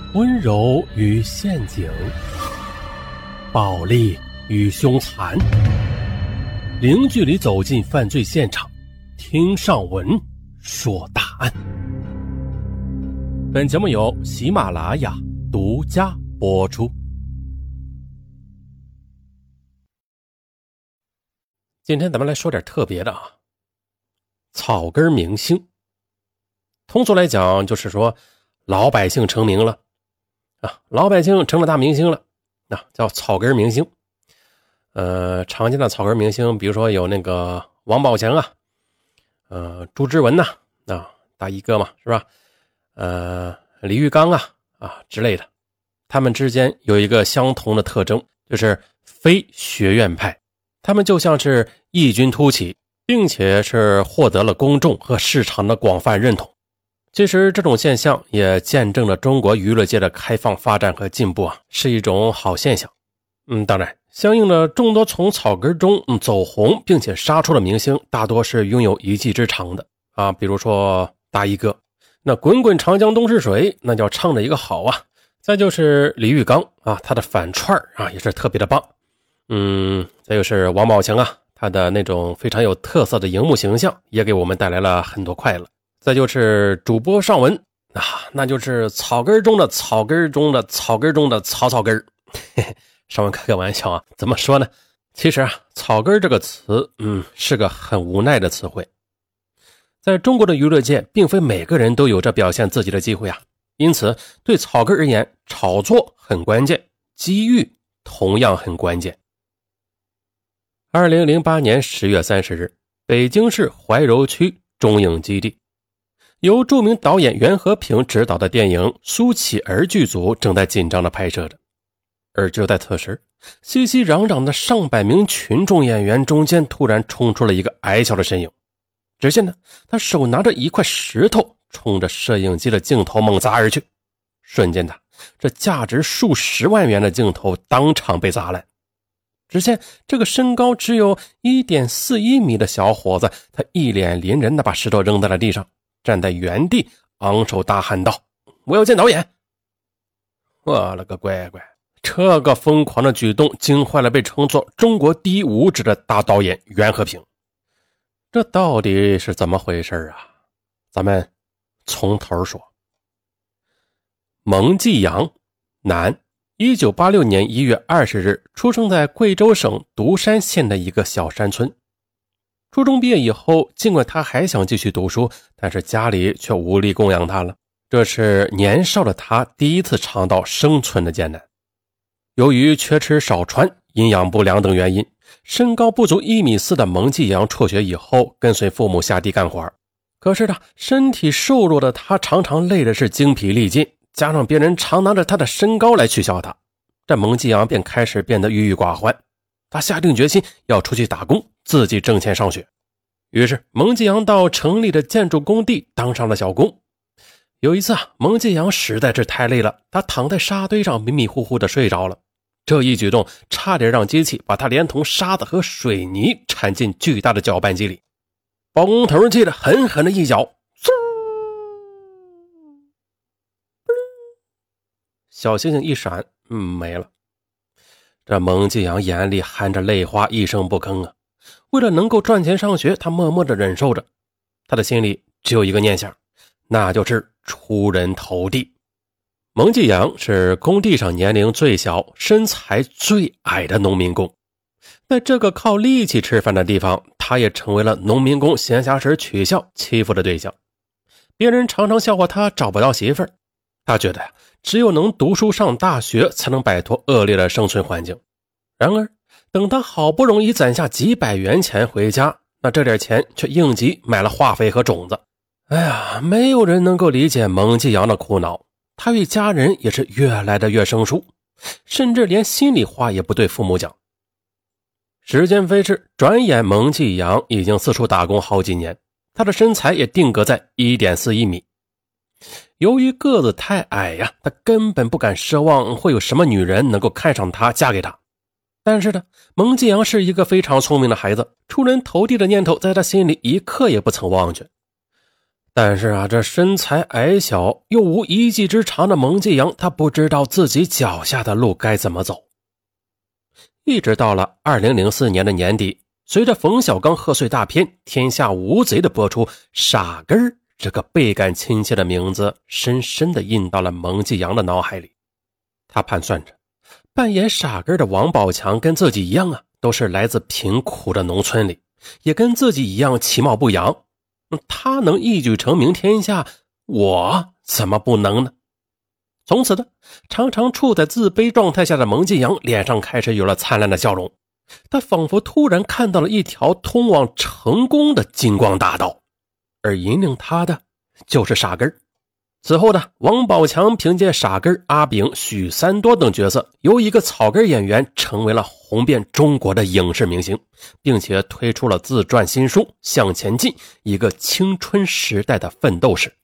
温柔与陷阱，暴力与凶残，零距离走进犯罪现场，听上文说大案。本节目由喜马拉雅独家播出。今天咱们来说点特别的啊，草根明星。通俗来讲就是说老百姓成名了啊，老百姓成了大明星了啊，叫草根明星。常见的草根明星比如说有那个王宝强啊，朱之文呐，大衣哥嘛，是吧？李玉刚啊之类的。他们之间有一个相同的特征，就是非学院派。他们就像是异军突起，并且是获得了公众和市场的广泛认同。其实这种现象也见证了中国娱乐界的开放发展和进步啊，是一种好现象。当然相应的众多从草根中走红并且杀出的明星大多是拥有一技之长的啊，比如说大衣哥，那滚滚长江东逝水那叫唱着一个好啊。再就是李玉刚啊，他的反串啊也是特别的棒。再就是王宝强啊，他的那种非常有特色的荧幕形象也给我们带来了很多快乐。再就是主播尚文啊，那就是草根中的草根中的草根中的草根。尚文开个玩笑啊，怎么说呢？其实啊，草根这个词是个很无奈的词汇。在中国的娱乐界并非每个人都有着表现自己的机会啊，因此对草根而言，炒作很关键，机遇同样很关键。2008年10月30日，北京市怀柔区中影基地，由著名导演袁和平执导的电影《苏乞儿》剧组正在紧张地拍摄着。而就在此时，熙熙攘攘的上百名群众演员中间突然冲出了一个矮小的身影。只见呢，他手拿着一块石头，冲着摄影机的镜头猛砸而去。瞬间的，这价值数十万元的镜头当场被砸烂。只见这个身高只有 1.41 米的小伙子，他一脸临人的把石头扔在了地上，站在原地昂首大喊道：我要见导演！我了个乖乖，这个疯狂的举动惊坏了被称作中国第一无耻的大导演袁和平。这到底是怎么回事啊？咱们从头说。蒙继阳，男，1986年1月20日出生在贵州省独山县的一个小山村。初中毕业以后，尽管他还想继续读书，但是家里却无力供养他了。这是年少的他第一次尝到生存的艰难。由于缺吃少穿、营养不良等原因，身高不足1.4米的蒙继阳辍学以后，跟随父母下地干活。可是身体瘦弱的他常常累的是精疲力尽，加上别人常拿着他的身高来取笑他，这蒙继阳便开始变得郁郁寡欢。他下定决心要出去打工，自己挣钱上学。于是蒙继阳到城里的建筑工地当上了小工。有一次蒙继阳实在是太累了，他躺在沙堆上迷迷糊糊的睡着了。这一举动差点让机器把他连同沙子和水泥铲进巨大的搅拌机里。包工头气得狠狠的一脚，小星星一闪，没了。这蒙继阳眼里含着泪花，一声不吭啊。为了能够赚钱上学，他默默地忍受着。他的心里只有一个念想，那就是出人头地。蒙继阳是工地上年龄最小、身材最矮的农民工。在这个靠力气吃饭的地方，他也成为了农民工闲暇时取笑欺负的对象。别人常常笑话他找不到媳妇儿，他觉得只有能读书上大学才能摆脱恶劣的生存环境。然而等他好不容易攒下几百元钱回家，那这点钱却应急买了化肥和种子。没有人能够理解蒙继阳的苦恼，他与家人也是越来的越生疏，甚至连心里话也不对父母讲。时间飞逝，转眼蒙继阳已经四处打工好几年，他的身材也定格在 1.41 米。由于个子太矮呀，他根本不敢奢望会有什么女人能够看上他嫁给他。但是呢，蒙继阳是一个非常聪明的孩子，出人头地的念头在他心里一刻也不曾忘却。 但是啊，这身材矮小又无一技之长的蒙继阳，他不知道自己脚下的路该怎么走。一直到了2004年的年底，随着冯小刚贺岁大片《天下无贼》的播出，傻根儿这个倍感亲切的名字深深地印到了蒙继阳的脑海里。他盘算着，扮演傻根儿的王宝强跟自己一样啊，都是来自贫苦的农村里，也跟自己一样其貌不扬。他能一举成名天下，我怎么不能呢？从此的常常处在自卑状态下的蒙继阳脸上开始有了灿烂的笑容，他仿佛突然看到了一条通往成功的金光大道，而引领他的就是傻根儿。此后呢，王宝强凭借傻根儿、阿炳、许三多等角色，由一个草根演员成为了红遍中国的影视明星，并且推出了自传新书《向前进》，一个青春时代的奋斗史。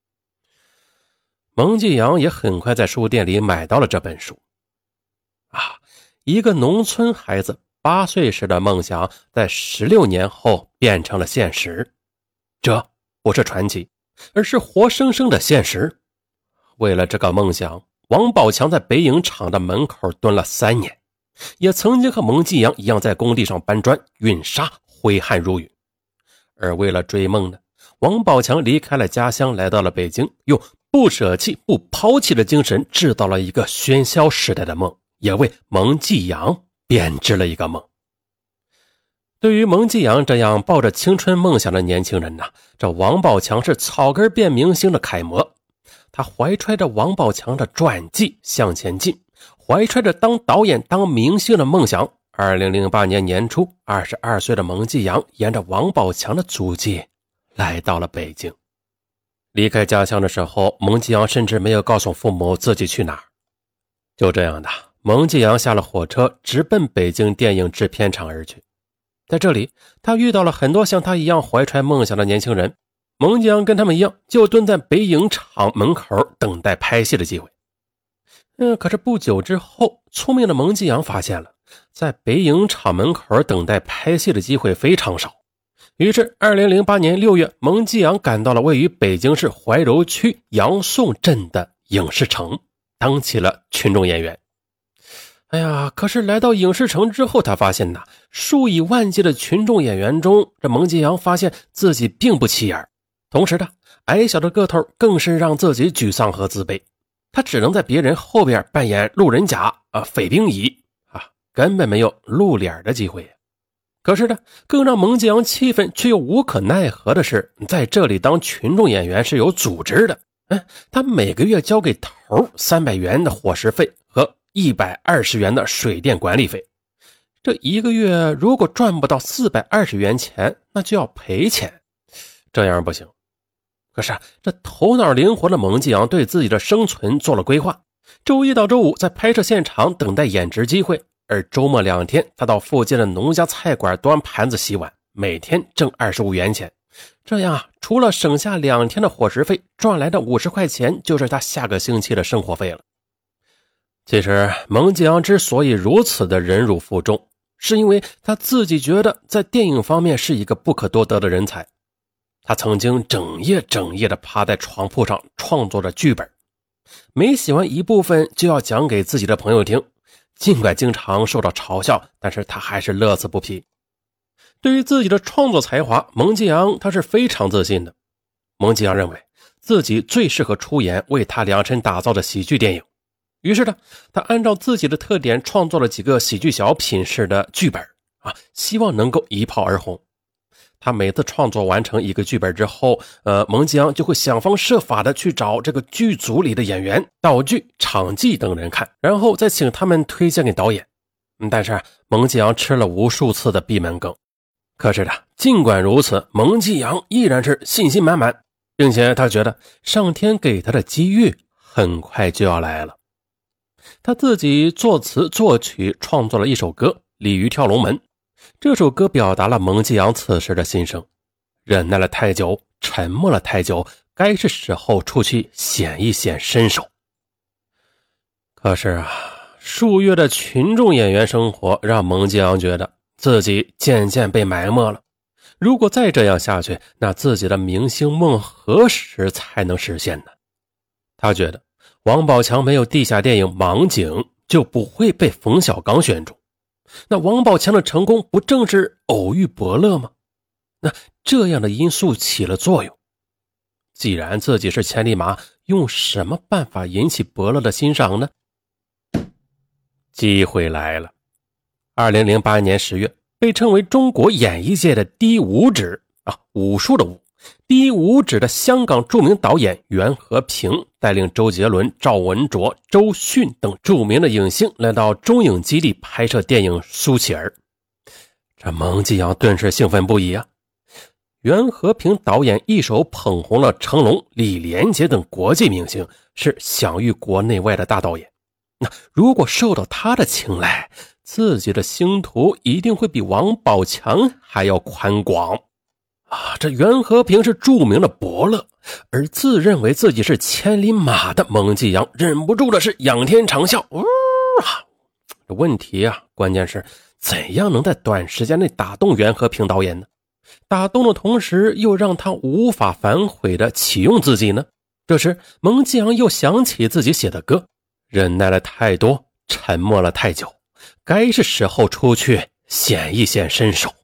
蒙继阳也很快在书店里买到了这本书。一个农村孩子8岁时的梦想，在16年后变成了现实。这不是传奇，而是活生生的现实。为了这个梦想，王宝强在北影厂的门口蹲了3年，也曾经和蒙继阳一样在工地上搬砖、运沙，挥汗如雨。而为了追梦呢，王宝强离开了家乡，来到了北京，用不舍弃、不抛弃的精神制造了一个喧嚣时代的梦，也为蒙继阳编织了一个梦。对于蒙继阳这样抱着青春梦想的年轻人呢，这王宝强是草根变明星的楷模。他怀揣着王宝强的传记向前进，怀揣着当导演当明星的梦想。2008年年初，22岁的蒙继阳沿着王宝强的足迹来到了北京。离开家乡的时候，蒙继阳甚至没有告诉父母自己去哪儿。就这样的，蒙继阳下了火车，直奔北京电影制片厂而去。在这里，他遇到了很多像他一样怀揣梦想的年轻人。蒙继阳跟他们一样，就蹲在北影厂门口等待拍戏的机会。可是不久之后，聪明的蒙继阳发现了，在北影厂门口等待拍戏的机会非常少。于是2008年6月，蒙继阳赶到了位于北京市怀柔区杨宋镇的影视城，当起了群众演员。可是来到影视城之后，他发现数以万计的群众演员中，这蒙继阳发现自己并不起眼。同时矮小的个头更是让自己沮丧和自卑。他只能在别人后边扮演路人甲、匪兵乙根本没有露脸的机会。可是更让蒙继阳气愤却又无可奈何的是，在这里当群众演员是有组织的。他每个月交给头300元的伙食费和120元的水电管理费。这一个月如果赚不到420元钱，那就要赔钱。这样不行。可是这头脑灵活的蒙继阳对自己的生存做了规划。周一到周五在拍摄现场等待演职机会，而周末2天他到附近的农家菜馆端盘子洗碗，每天挣25元钱。这样除了省下2天的伙食费，赚来的50块钱就是他下个星期的生活费了。其实蒙继阳之所以如此的忍辱负重，是因为他自己觉得在电影方面是一个不可多得的人才。他曾经整夜的趴在床铺上创作着剧本，每写完一部分就要讲给自己的朋友听。尽管经常受到嘲笑，但是他还是乐此不疲。对于自己的创作才华，蒙继阳他是非常自信的。蒙继阳认为自己最适合出演为他量身打造的喜剧电影。于是他按照自己的特点创作了几个喜剧小品式的剧本希望能够一炮而红。他每次创作完成一个剧本之后，蒙继阳就会想方设法的去找这个剧组里的演员、道具、场记等人看，然后再请他们推荐给导演。但是蒙继阳吃了无数次的闭门羹。可是尽管如此，蒙继阳依然是信心满满，并且他觉得上天给他的机遇很快就要来了。他自己作词作曲创作了一首歌《鲤鱼跳龙门》。这首歌表达了蒙继阳此时的心声，忍耐了太久，沉默了太久，该是时候出去显一显身手。可是数月的群众演员生活让蒙继阳觉得自己渐渐被埋没了。 如果再这样下去，那自己的明星梦何时才能实现呢？他觉得王宝强没有地下电影《盲井》就不会被冯小刚选中。那王宝强的成功不正是偶遇伯乐吗？那这样的因素起了作用。既然自己是千里马，用什么办法引起伯乐的欣赏呢？机会来了。2008年10月，被称为中国演艺界的第五指武术的武，第五指的香港著名导演袁和平带领周杰伦、赵文卓、周迅等著名的影星来到中影基地拍摄电影《苏乞儿》。这蒙继阳顿时兴奋不已啊！袁和平导演一手捧红了成龙、李连杰等国际明星，是享誉国内外的大导演。那如果受到他的青睐，自己的星途一定会比王宝强还要宽广这袁和平是著名的伯乐，而自认为自己是千里马的蒙继阳忍不住的是仰天长啸。这问题关键是怎样能在短时间内打动袁和平导演呢？打动的同时又让他无法反悔的启用自己呢？这时蒙继阳又想起自己写的歌，忍耐了太多，沉默了太久，该是时候出去显一显身手。